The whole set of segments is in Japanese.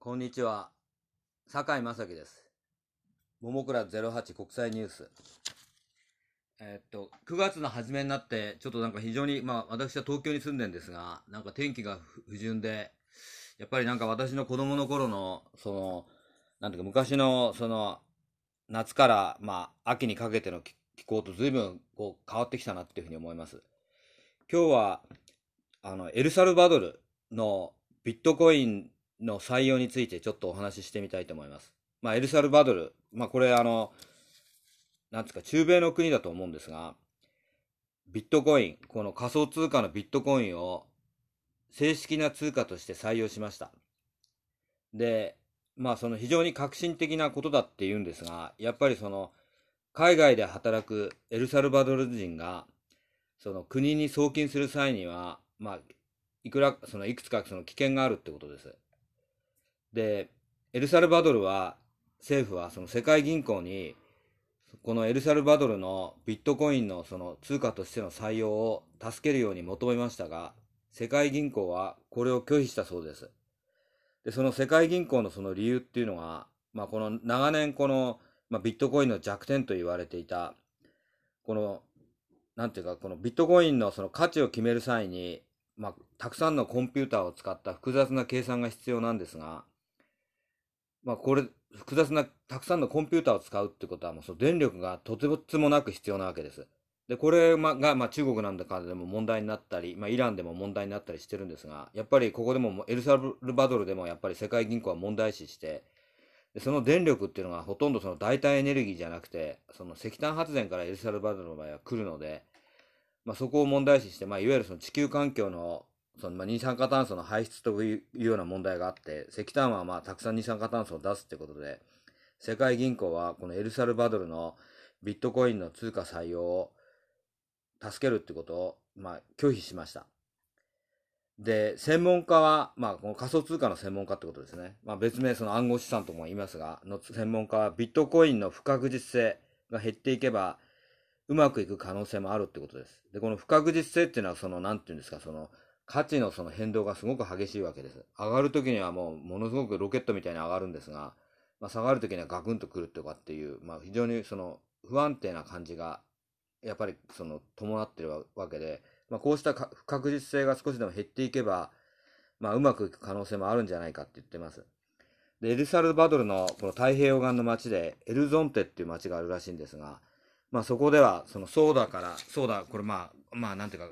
こんにちは、坂井正樹です。ももクラ08国際ニュース。9月の初めになって、ちょっとなんか非常に、私は東京に住んでるんですが、なんか天気が不順で、やっぱりなんか私の子供の頃の、なんていうか昔の、夏から、秋にかけての気候と随分こう変わってきたなっていうふうに思います。今日は、エルサルバドルのビットコインの採用についてちょっとお話ししてみたいと思います。エルサルバドル、これなんですか、中米の国だと思うんですが、ビットコイン、この仮想通貨のビットコインを正式な通貨として採用しました。で、その非常に革新的なことだって言うんですが、やっぱり海外で働くエルサルバドル人が、その国に送金する際には、いくつかその危険があるってことです。で、エルサルバドルは、政府はその世界銀行に、このエルサルバドルのビットコインのその通貨としての採用を助けるように求めましたが、世界銀行はこれを拒否したそうです。で、その世界銀行のその理由っていうのが、この長年ビットコインの弱点と言われていた、この、なんていうか、このビットコインのその価値を決める際に、たくさんのコンピューターを使った複雑な計算が必要なんですが、これ、複雑な、たくさんのコンピューターを使うってことは、もうその電力がとてつもなく必要なわけです。で、これが、中国なんだかでも問題になったり、イランでも問題になったりしてるんですが、やっぱりここでも、エルサルバドルでもやっぱり世界銀行は問題視して、でその電力っていうのがほとんどその代替エネルギーじゃなくて、その石炭発電からエルサルバドルの場合は来るので、そこを問題視して、いわゆるその地球環境の二酸化炭素の排出というような問題があって、石炭はたくさん二酸化炭素を出すってことで、世界銀行はこのエルサルバドルのビットコインの通貨採用を助けるってことを、拒否しました。で、専門家は、この仮想通貨の専門家ってことですね。別名その暗号資産とも言いますが、の専門家はビットコインの不確実性が減っていけば、うまくいく可能性もあるってことです。で、この不確実性っていうのは、なんていうんですか、価値のその変動がすごく激しいわけです。上がるときにはもう、ものすごくロケットみたいに上がるんですが、下がるときにはガクンとくるとかっていう、非常に不安定な感じが、やっぱり伴ってるわけで、こうした不確実性が少しでも減っていけば、うまくいく可能性もあるんじゃないかって言ってます。で、エルサルバドルのこの太平洋岸の町で、エルゾンテっていう町があるらしいんですが、そこでは、ソーダ、これなんていうか、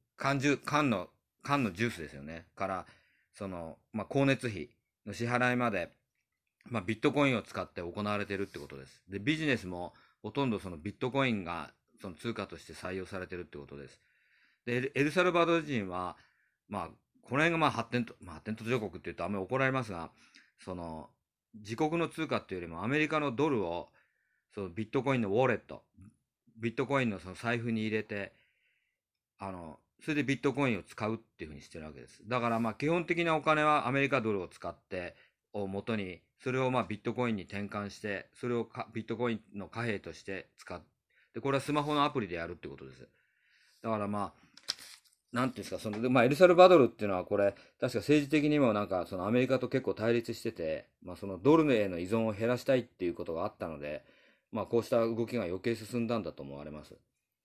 缶のジュースですよね。から、光熱費の支払いまで、ビットコインを使って行われているってことです。で、ビジネスもほとんどそのビットコインがその通貨として採用されているってことです。で、エルサルバドル人は、この辺が発展途上国って言うとあんまり怒られますが、その、自国の通貨っていうよりもアメリカのドルを、そのビットコインのウォレット、ビットコインのその財布に入れて、それでビットコインを使うっていうふうにしてるわけです。だから基本的なお金はアメリカドルを使って、を元に、それをビットコインに転換して、それをビットコインの貨幣として使って、で、これはスマホのアプリでやるってことです。だからなんていうんですか、エルサルバドルっていうのはこれ、確か政治的にもなんか、アメリカと結構対立してて、そのドルへの依存を減らしたいっていうことがあったので、こうした動きが余計進んだんだと思われます。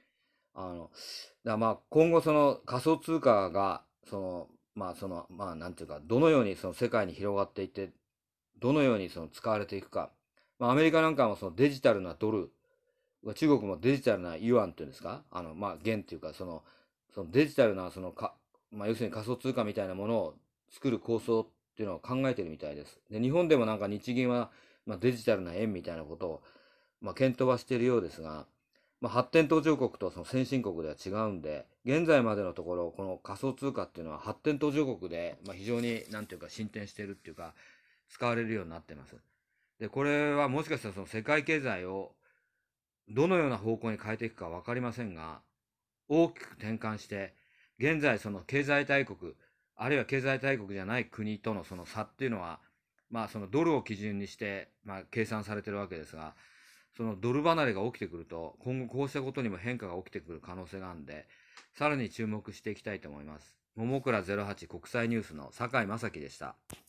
今後その仮想通貨が、なんていうか、どのようにその世界に広がっていって、どのようにその使われていくか。アメリカなんかもそのデジタルなドル、中国もデジタルなユアンっていうんですか、元っていうか、そのデジタルな要するに仮想通貨みたいなものを作る構想っていうのを考えてるみたいです。で、日本でもなんか日銀は、デジタルな円みたいなことを、検討はしているようですが、発展途上国とその先進国では違うんで、現在までのところ、この仮想通貨っていうのは発展途上国で、非常になんていうか進展しているっていうか、使われるようになってます。で、これはもしかしたらその世界経済をどのような方向に変えていくか分かりませんが、大きく転換して、現在その経済大国、あるいは経済大国じゃない国とのその差っていうのは、そのドルを基準にして、計算されてるわけですが、そのドル離れが起きてくると、今後こうしたことにも変化が起きてくる可能性があるんで、さらに注目していきたいと思います。ももくら08国際ニュースの坂井正樹でした。